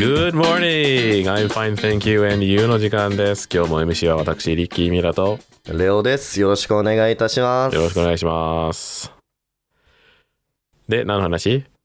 Good morning! I'm fine, thank you. And you の時間です。今日も MC は私、リッキー・ミラとレオです。よろしくお願いいたします。 よろしくお願いします。で、何の話？ い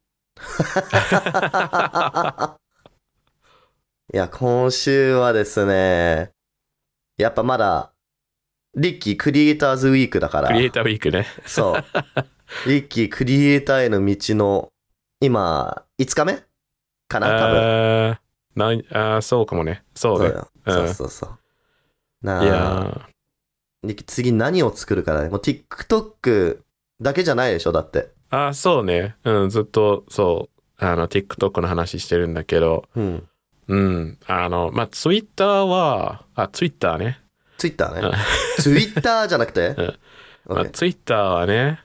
や、今週はですね、やっぱまだ、リッキークリエイターズウィークだから。 クリエイターウィークね。 そう。リッキークリエイターへの道の、今、5日目かな多分。 そうかもね。そうね。 そうそうそう。 いやリッキー次何を作るかね。もう TikTok だけじゃないでしょ、だって。 そうね。ずっと、そう、TikTok の話してるんだけど、Twitter は、Twitter ね。 Twitter ね。Twitter じゃなくて、 Twitter はね、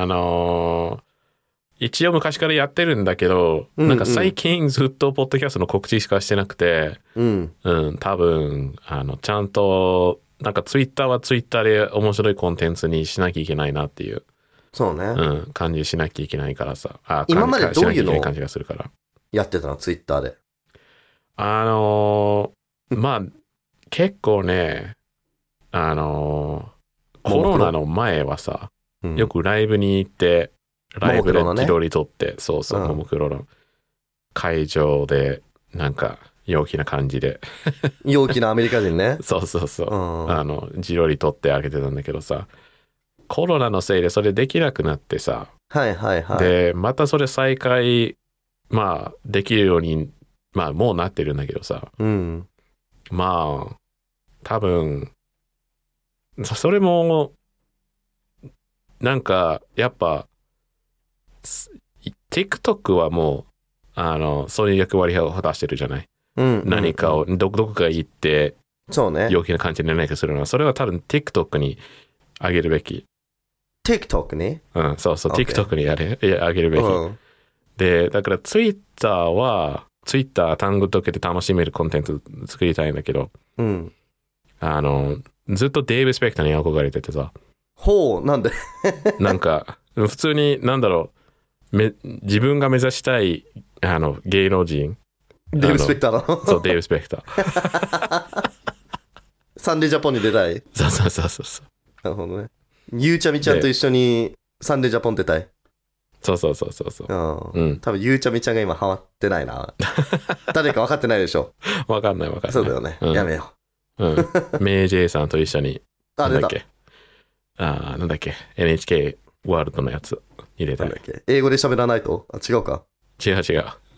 一応昔からやってるんだけど、なんか最近ずっとポッドキャストの告知しかしてなくて、多分、ちゃんと、なんか Twitter は Twitter で面白いコンテンツにしなきゃいけないなっていう。 そうね。 感じしなきゃいけないからさ。 今までどういうのを感じがするからやってたの Twitter で。 結構ね、コロナの前はさ、よくライブに行って、ライブで自撮り撮って、そうそう、ももクロの会場で、なんか、陽気な感じで。 陽気なアメリカ人ね。 そうそうそう。自撮り撮ってあげてたんだけどさ、コロナのせいでそれできなくなってさ、で、またそれ再開、できるように、もうなってるんだけどさ、多分、それも、なんか、やっぱ、TikTok はもう、そういう役割を果たしてるじゃない。何かを、どこか行って、 そうね。 陽気な感じで何かするのは、それは多分 TikTok にあげるべき。 TikTok に？ そうそう、TikTok にあげるべき。で、だから Twitter は、Twitter 単語解けて楽しめるコンテンツ作りたいんだけど、ずっとデイブ・スペクターに憧れててさ。 なんで？ なんか、普通に、自分が目指したい、芸能人。 デイブ・スペクターなの？ そう、デイブ・スペクター。 サンデージャポンに出たい？ そう。 なるほどね。ゆうちゃみちゃんと一緒にサンデージャポン出たい？ そう。 多分ゆうちゃみちゃんが今ハマってないな。誰か分かってないでしょ？ 分かんない。 そうだよね。やめよう。メイジェイさんと一緒に。 なんだっけ NHK ワールドのやつ入れたい。 英語で喋らないと？違うか。 違う。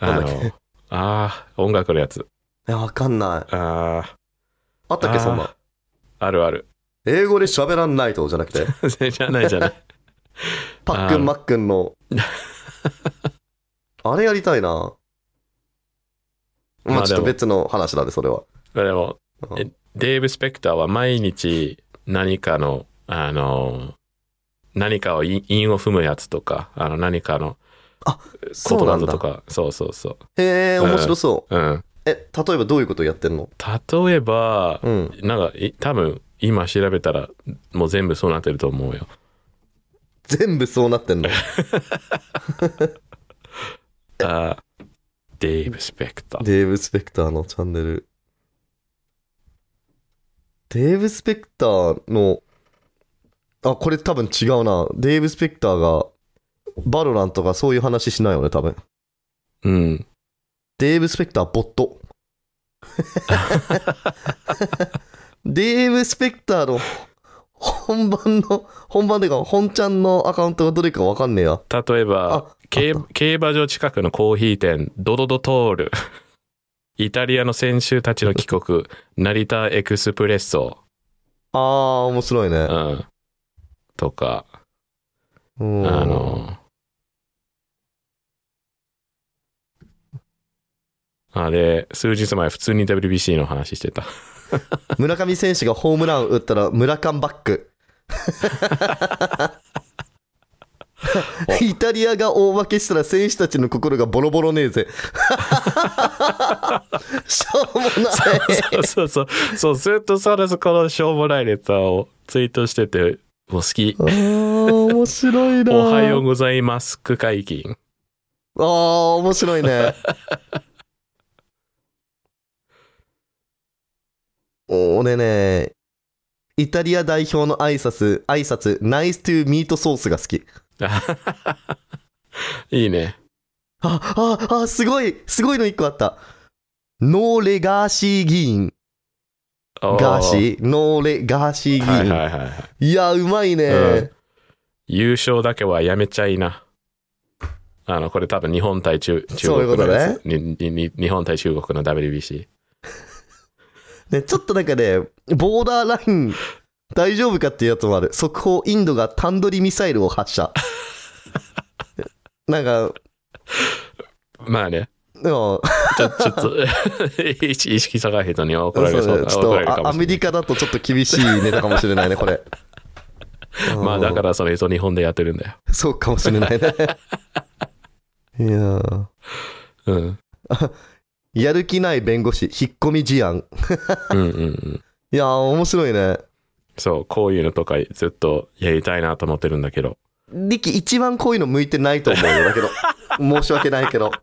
音楽のやつ。 分かんない。あったっけそんな。 ある。 英語で喋らないとじゃなくて。 じゃない。 パックンマックンの。あれやりたいな。ちょっと別の話だね、それは。 でも、デイブ・スペクターは毎日何かの、何かを韻を踏むやつとか、何かの言葉とか、そう。 へえ、面白そう。 例えばどういうことをやってんの？ 例えば、なんか多分今調べたらもう全部そうなってると思うよ。 全部そうなってんの？ デイブ・スペクター。 デイブ・スペクターのチャンネル。デイブ・スペクターの、これ多分違うな。デイブ・スペクターが、バロランとかそういう話しないよね、多分。デイブ・スペクター、ボット。デイブ・スペクターの本番でか、本ちゃんのアカウントがどれかわかんねえや。 例えば、競馬場近くのコーヒー店、ドドドトール。イタリアの選手たちの帰国、成田エクスプレッソ。 面白いね。 とか、数日前普通に WBC の話してた。 村上選手がホームラン打ったら村上バック。イタリアが大負けしたら選手たちの心がボロボロねえぜ。しょうもない。 そうずっとこのしょうもないネタをツイートしてて、もう好き。 面白いな。 おはようございます解禁。 面白いね。 俺ね、イタリア代表の挨拶、Nice to meet ソースが好き。 いいね。 すごいの一個あった。ノーレガーシー議員。ガーシーノーレガーシー議員。 はいはいはい。 いや、うまいね、 うん。優勝だけはやめちゃいな。これ多分日本対中国そういうことね。 日本対中国の WBC。 ね、ちょっとなんかね、ボーダーライン大丈夫かっていうやつもある。速報、インドがタンドリミサイルを発射。なんか、 まあね。 でもちょっと意識高い人に怒られそうだ。 ちょっとアメリカだとちょっと厳しいネタかもしれないね、これ。 まあだからその人日本でやってるんだよ。 そうかもしれないね。いやー。 うん。 やる気ない弁護士、引っ込み事案。いやー、面白いね。 そう、こういうのとかずっとやりたいなと思ってるんだけど。 リキ一番こういうの向いてないと思うよ。だけど、申し訳ないけど。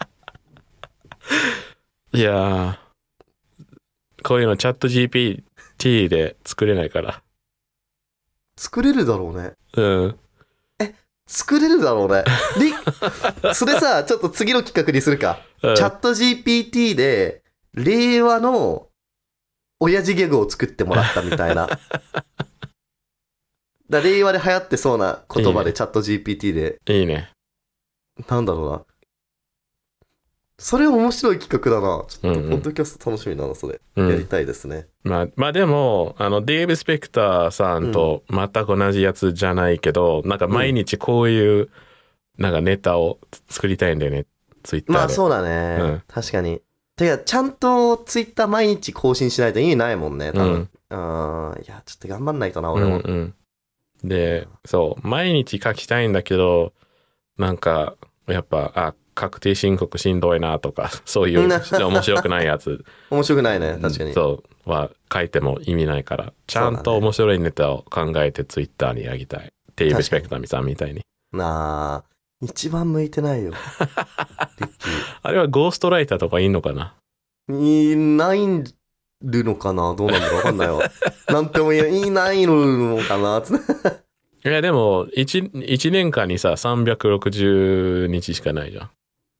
いやー、こういうのチャット GPT で作れないから。 作れるだろうね。 うん。 作れるだろうね。それさ、ちょっと次の企画にするか。チャット GPT で、令和の親父ギャグを作ってもらったみたいな。令和で流行ってそうな言葉でチャット GPT で。 いいね。 なんだろうな。それ面白い企画だな。ちょっとポッドキャスト楽しみだな、それ。やりたいですね。 まあでも、デイブ・スペクターさんと全く同じやつじゃないけど、なんか毎日こういう、なんかネタを作りたいんだよね、ツイッターで。 まあそうだね。確かに。てか、ちゃんとツイッター毎日更新しないと意味ないもんね、多分。いや、ちょっと頑張んないとな、俺も。 で、そう、毎日書きたいんだけど、なんか、やっぱ、確定申告しんどいなとか、そういう面白くないやつ。 面白くないね、確かに。 そうは書いても意味ないから、ちゃんと面白いネタを考えてツイッターにあげたい。デイブ・スペクターさんみたいに。 一番向いてないよ。 あれはゴーストライターとかいいのかな？ いないるのかな？どうなんだろう、わかんないわ。なんても言えいないのかな？ いやでも1年間にさ360日しかないじゃん。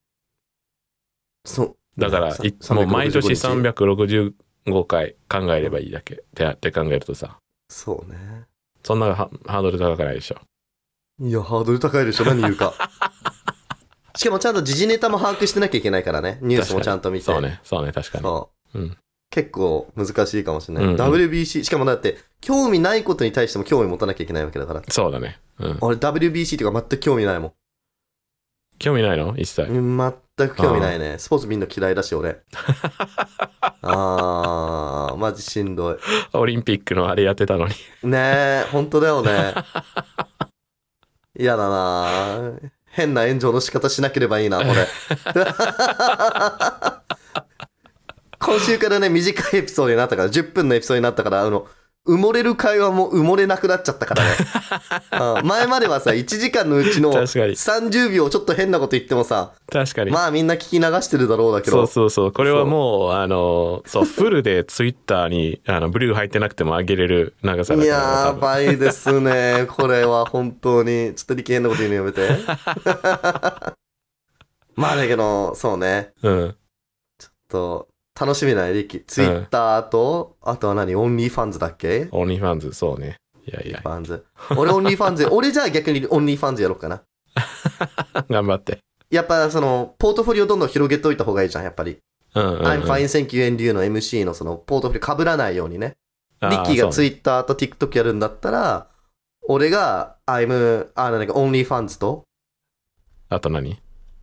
そうだからもう毎年365回考えればいいだけって考えるとさ、 そうね、 そんなハードル高くないでしょ。 いやハードル高いでしょ、何言うか。しかもちゃんと時事ネタも把握してなきゃいけないからね、ニュースもちゃんと見て。そうね確かに。結構難しいかもしれない、WBC しかもだって興味ないことに対しても興味持たなきゃいけないわけだから。 そうだね、 俺 WBC とか全く興味ないもん。 興味ないの？一切全く興味ないね。スポーツ見んの嫌いだし俺。マジしんどい。 オリンピックのあれやってたのにねえ、本当だよね。嫌だな。変な炎上の仕方しなければいいな、これ。今週からね、短いエピソードになったから、10分のエピソードになったから、埋もれる会話も埋もれなくなっちゃったからね。前まではさ、1時間のうちの30秒ちょっと変なこと言ってもさ、 確かに。 まあみんな聞き流してるだろうだけど。 そう。これはもう、フルでツイッターに、ブルー入ってなくても上げれる長さだから。 やばいですね。これは本当に。ちょっと力変なこと言うのやめて。まあだけど、そうね。ちょっと、楽しみだね、リキ。ツイッターと、あとは何？オンリーファンズだっけ？ オンリーファンズ、そうね。いや。 ファンズ。俺オンリーファンズ、俺じゃあ逆にオンリーファンズやろうかな。 頑張って。やっぱポートフォリオどんどん広げといた方がいいじゃん、やっぱり。I'm fine, thank you and you の MC のポートフォリオ被らないようにね。リッキーがツイッターと TikTok やるんだったら、俺がなんだっけ、オンリーファンズと、 あと何？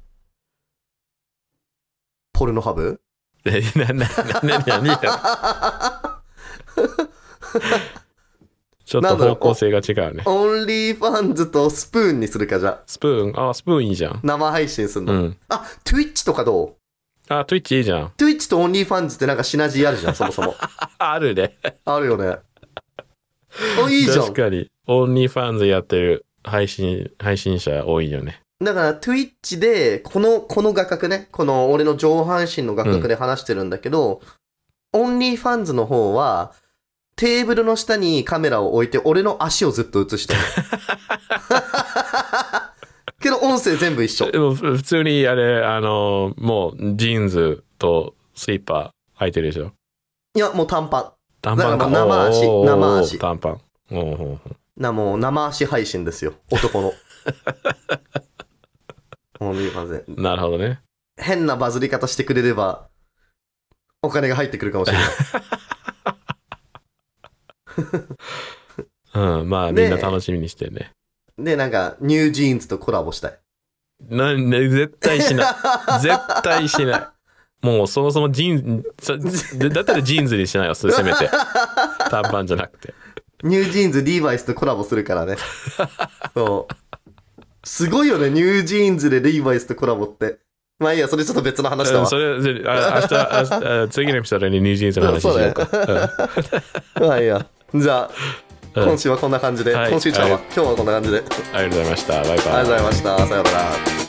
ポルノハブ？ 何ちょっと方向性が違うね。 オンリーファンズとスプーンにするか、じゃあ。 スプーンいいじゃん。 生配信するの。Twitch とかどう ？Twitch いいじゃん。 Twitch とオンリーファンズってなんかシナジーあるじゃん、そもそも。 あるね。 あるよね。いいじゃん。 確かに。オンリーファンズやってる配信者多いよね。 だから Twitch でこの画角ね、この俺の上半身の画角で話してるんだけど、 オンリーファンズの方は、テーブルの下にカメラを置いて、俺の足をずっと映してる。けど音声全部一緒。 でも普通にあれ、もうジーンズとスリッパ履いてるでしょ。 いや、もう短パン。 短パンか。 生足。 短パン。 もう生足配信ですよ。男の。 なるほどね。 変なバズり方してくれれば、お金が入ってくるかもしれない。 うん、まあみんな楽しみにしてね。 で、なんか、ニュージーンズとコラボしたい。 絶対しない。絶対しない。もうそもそもジーンズ、だったらジーンズにしないよ、せめて。短パンじゃなくて。 ニュージーンズ、リーバイスとコラボするからね。そう。すごいよね、ニュージーンズでリーバイスとコラボって。まあいいや、それちょっと別の話だわ。 それ、明日、次のエピソードにニュージーンズの話しようか。 まあいいや。じゃあ、今週はこんな感じで、今週ちゃんは、今日はこんな感じで。 ありがとうございました。バイバイ。 ありがとうございました。さようなら。